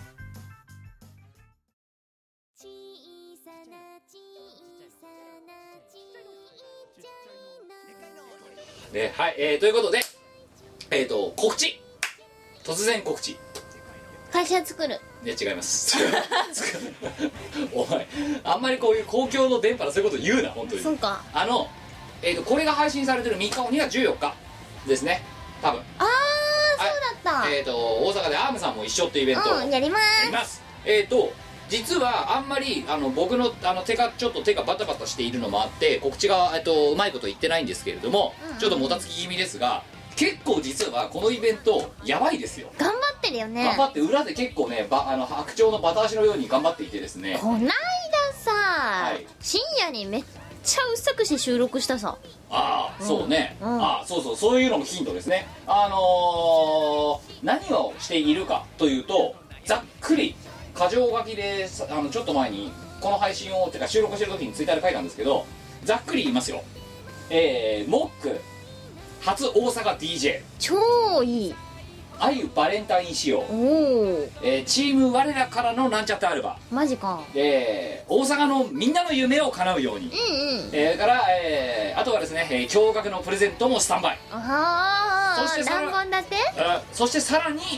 ね、はい、ということで、告知。突然告知。 会社作る。 いや違いますお前あんまりこういう公共の電波でそういうこと言うな本当に。 そうか。 これが配信されてる3日後2月14日ですね多分。 ああそうだった。 大阪でアームさんも一緒っていうイベントをやりまやります。実はあんまり僕の手がバタバタしているのもあって告知がうまいこと言ってないんですけれども、ちょっともたつき気味ですが、結構実はこのイベントやばいですよ。 頑張ってるよね。 頑張って裏で結構ね白鳥のバタ足のように頑張っていてですね。 こないださ、 はい深夜にめっちゃうっさくして収録したさ。 ああそうね、そういうのもヒントですね。何をしているかというと、ざっくり箇条書きでちょっと前にこの配信をてか収録してる時にツイッターで書いたんですけど、ざっくり言いますよ。モック初大阪 DJ 超いい。 あゆバレンタイン仕様、 おお、 チーム我らからのなんちゃってアルバ、 マジか。 大阪のみんなの夢を叶うように、から、あとはですね、驚愕のプレゼントもスタンバイ。 ああ、団子立て。 そしてさらに、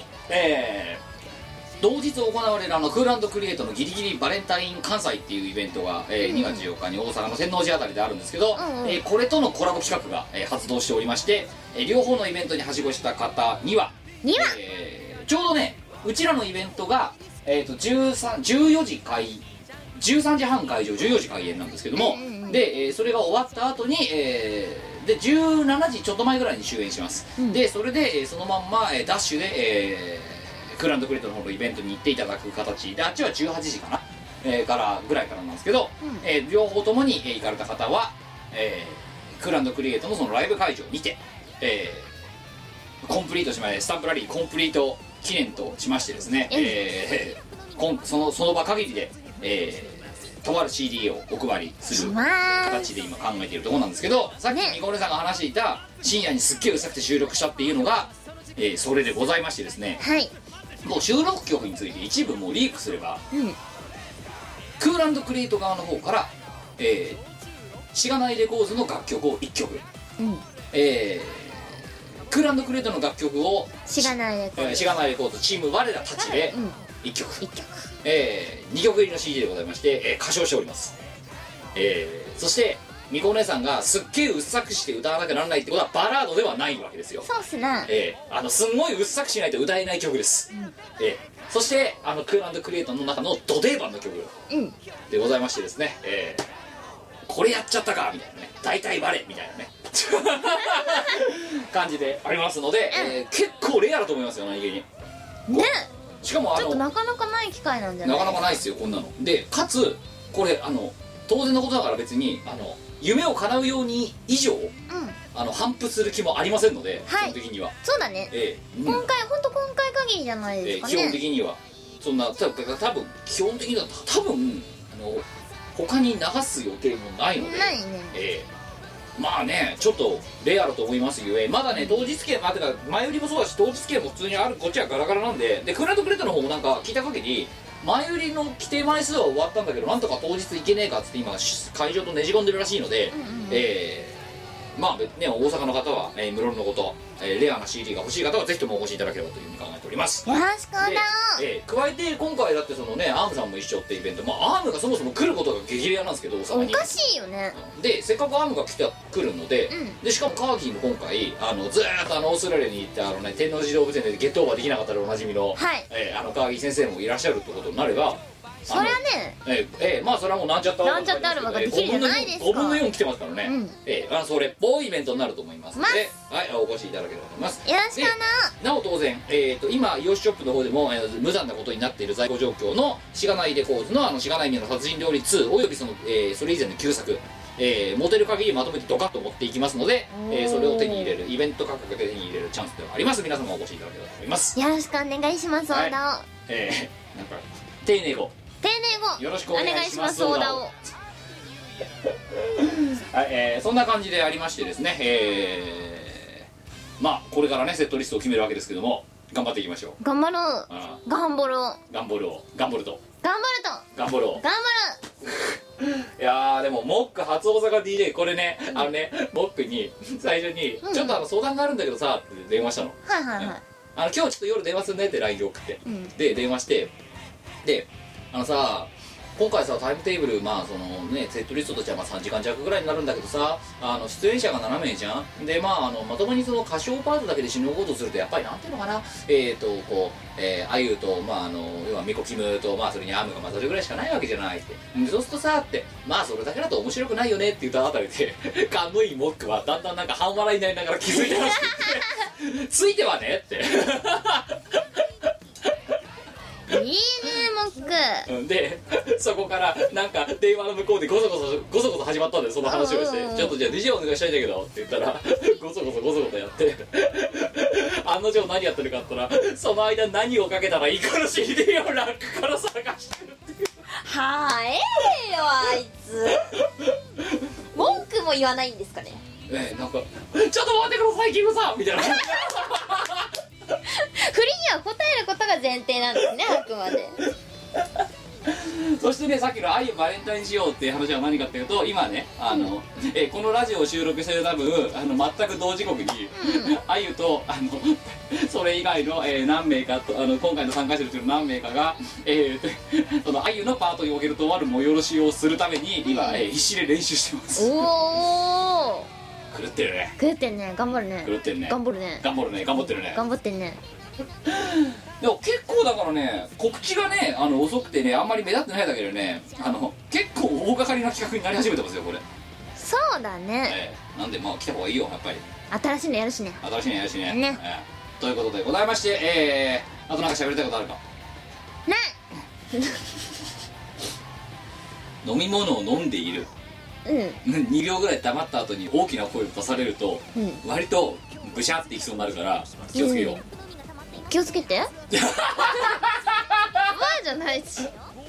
同日行われるクール&クリエイトのギリギリバレンタイン関西っていうイベントが、2月8日に大阪の天王寺あたりであるんですけど、これとのコラボ企画が、発動しておりまして、両方のイベントにはしごした方にはちょうどねうちらのイベントが、13時半会場14時開演なんですけども、で、それが終わった後に、で17時ちょっと前ぐらいに終演します、でそれで、そのまんま、ダッシュで、クール&クリエイトの方のイベントに行っていただく形で、あっちは18時かな、からぐらいからなんですけど、両方ともに、行かれた方は、クール&クリエイトのそのライブ会場にて、コンプリートしましてスタンプラリーコンプリート記念としましてですね、その場限りで、とある CD をお配りする形で今考えているところなんですけど、さっきみこねさんが話していた深夜にすっげえうるさくて収録したっていうのが、それでございましてですね、 はい、 もう収録曲について一部もうリークすれば、クール&クリエイト側の方から、しがないレコーズの楽曲を1曲、クール&クリエイトの楽曲をしがないレコーズチーム我らたちで1曲、2曲入りの CD でございまして、歌唱しております。そしてみこお姉さんがすっげえうっさくして歌わなきゃならないってことはバラードではないわけですよ。 そうっすな。 すんごいうっさくしないと歌えない曲です。そしてクール&クリエイトの中のド定番の曲でございましてですね、これやっちゃったかみたいなね、大体バレみたいなね感じでありますので、結構レアだと思いますよ何気にね。しかもちょっとなかなかない機会なんじゃないですか。 なかなかないですよこんなので、かつこれ当然のことだから別に夢を叶うように以上、反復する気もありませんので、基本的にはそうだね、今回限りじゃないですかね、 基本的にはそんな多分基本的には多分他に流す予定もないので、 ないね、 まあねちょっとレアだと思いますゆえ、まだね当日券てか前売りもそうだし当日券も普通にある、こっちはガラガラなんで、クール&クリエイトの方もなんか聞いた限り前売りの規定枚数は終わったんだけどなんとか当日行けねえかっつって今会場とねじ込んでるらしいので、まあね大阪の方は、無論のこと、レアな CD が欲しい方はぜひともお越しいただければというふうに考えております。 よろしくだ加えて今回だってそのねアームさんも一緒ってイベント、アームがそもそも来ることが激レアなんですけど大阪におかしいよね。 でせっかくアームが来るので、でしかもカーキーも今回ずーっとオーストラリアに行って天王寺動物園でゲットオーバーできなかったでおなじみの、カーキー先生もいらっしゃるってことになれば、 そりゃね、 まあそれはもうなんちゃったアルバができるじゃないですか。 5分の4来てますからね、それっぽいイベントになると思いますので、お越しいただければと思います。 よろしくなお当然、今イオシショップの方でも、無残なことになっている在庫状況のしがないレコーズのしがない宮の殺人料理2およびそれ以前の旧作、持てる限りまとめてドカッと持っていきますので、それを手に入れるイベント価格で手に入れるチャンスではあります。皆様お越しいただければと思います。 よろしくお願いします。 なんか丁寧語よろしくお願いします。 オーダーをそんな感じでありましてですね、まあこれからねセットリストを決めるわけですけども、頑張っていきましょう。 頑張ろう。 いやでもモック初大阪 DJ これね、モックに最初に、ちょっと相談があるんだけどさって電話したの。 今日ちょっと夜電話すんねって LINE で送って、で電話して、でさ今回さタイムテーブルまあそのねセットリストとしてはまあ3時間弱ぐらいになるんだけどさ、出演者が7名じゃん。でまともにその歌唱パートだけでしのごうとするとやっぱりなんていうのかな、こうあゆと要はミコキムとそれにアムが混ざるぐらいしかないわけじゃないって。でそうするとさってそれだけだと面白くないよねって言ったあたりで勘のいいモックはだんだんなんか半笑いになりながら気づいてましてついてはねっていいねモック。 でそこからなんか電話の向こうでゴソゴソ始まったんでその話をして、ちょっとじゃあ DJ お願いしたいんだけどって言ったらゴソゴソやって案の定何やってるかって言ったらその間何をかけたらいいかの CD をラックから探してるっていう。 はあよあいつ文句も言わないんですかね。 なんかちょっと待ってくださいキムさんみたいな振りには答えることが前提なんですねあくまで。 そしてねさっきのあゆバレンタインしようっていう話は何かっていうと今ねこのラジオを収録してる多分全く同時刻にあゆとそれ以外の何名かと今回の参加者のうちの何名かがそのあゆのパートにおけるとある催しをするために今必死で練習してます。 おお狂ってるね狂ってんね。頑張るね。 狂ってるね。 頑張るね。 頑張るね。頑張ってるね。 頑張ってんね。 でも結構だからね告知がね遅くてねあんまり目立ってないだけでね結構大掛かりな企画になり始めてますよこれ。 そうだね、 なんで来た方がいいよやっぱり。 新しいのやるしね。 新しいのやるしね。 ねということでございましてあとなんか喋りたいことあるか。 ない飲み物を飲んでいる2秒ぐらい黙った後に大きな声を出されると、割とブシャっていきそうになるから気をつけよう、 気をつけて前じゃないし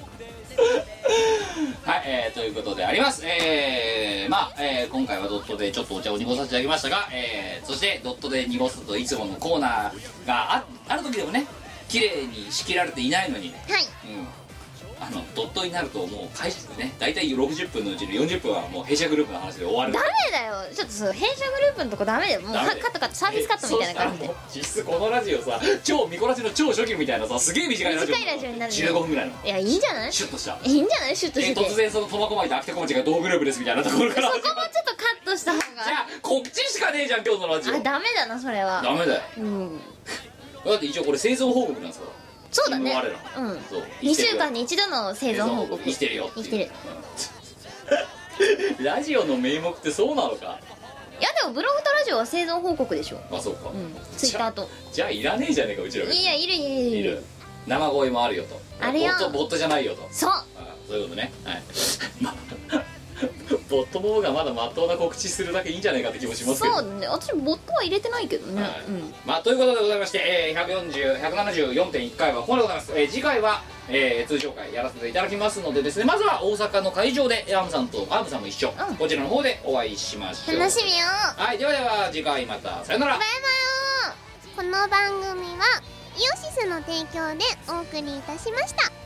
はい、ということであります。今回はドットでちょっとお茶を濁させていただきましたが、そしてドットで濁すといつものコーナーがある時でもね綺麗に仕切られていないのに、ドットになるともう開始ね大体60分のうちの40分はもう弊社グループの話で終わる。 ダメだよちょっと弊社グループのとこダメだよ。もうカットサービスカットみたいな感じで。 実質このラジオさ超ミコラジの超初期みたいなさすげえ短いラジオになる 15分ぐらいの。 いやいいんじゃないシュッとしたいいんじゃないシュッとして突然その苫小牧と秋田小町が同グループですみたいなところからそこもちょっとカットした方がじゃあ告知しかねえじゃん今日のラジオ。 ダメだなそれは。 ダメだよ、だって一応これ生存報告なんですから。 そうだね。 そう 2週間に1度の生存報告。 生きてるよ生きてるラジオの名目ってそうなのか。 いやでもブログとラジオは生存報告でしょ。 そうか、 ツイッターと。 じゃあいらねえじゃねえかうちらが。 いやいる生声もあるよと。 あるよボットじゃないよと。そういうことね。はいボットの方がまだまっとうな告知するだけいいんじゃないかって気もしますけど。 そうね私ボットは入れてないけどね、 ということでございまして、174.1 回はここまでございます。次回は、通常回やらせていただきますのでですね、まずは大阪の会場でアームさんも一緒、こちらの方でお会いしましょう。 楽しみよ。 はい、では次回またさよなら。 バイバイ。この番組はイオシスの提供でお送りいたしました。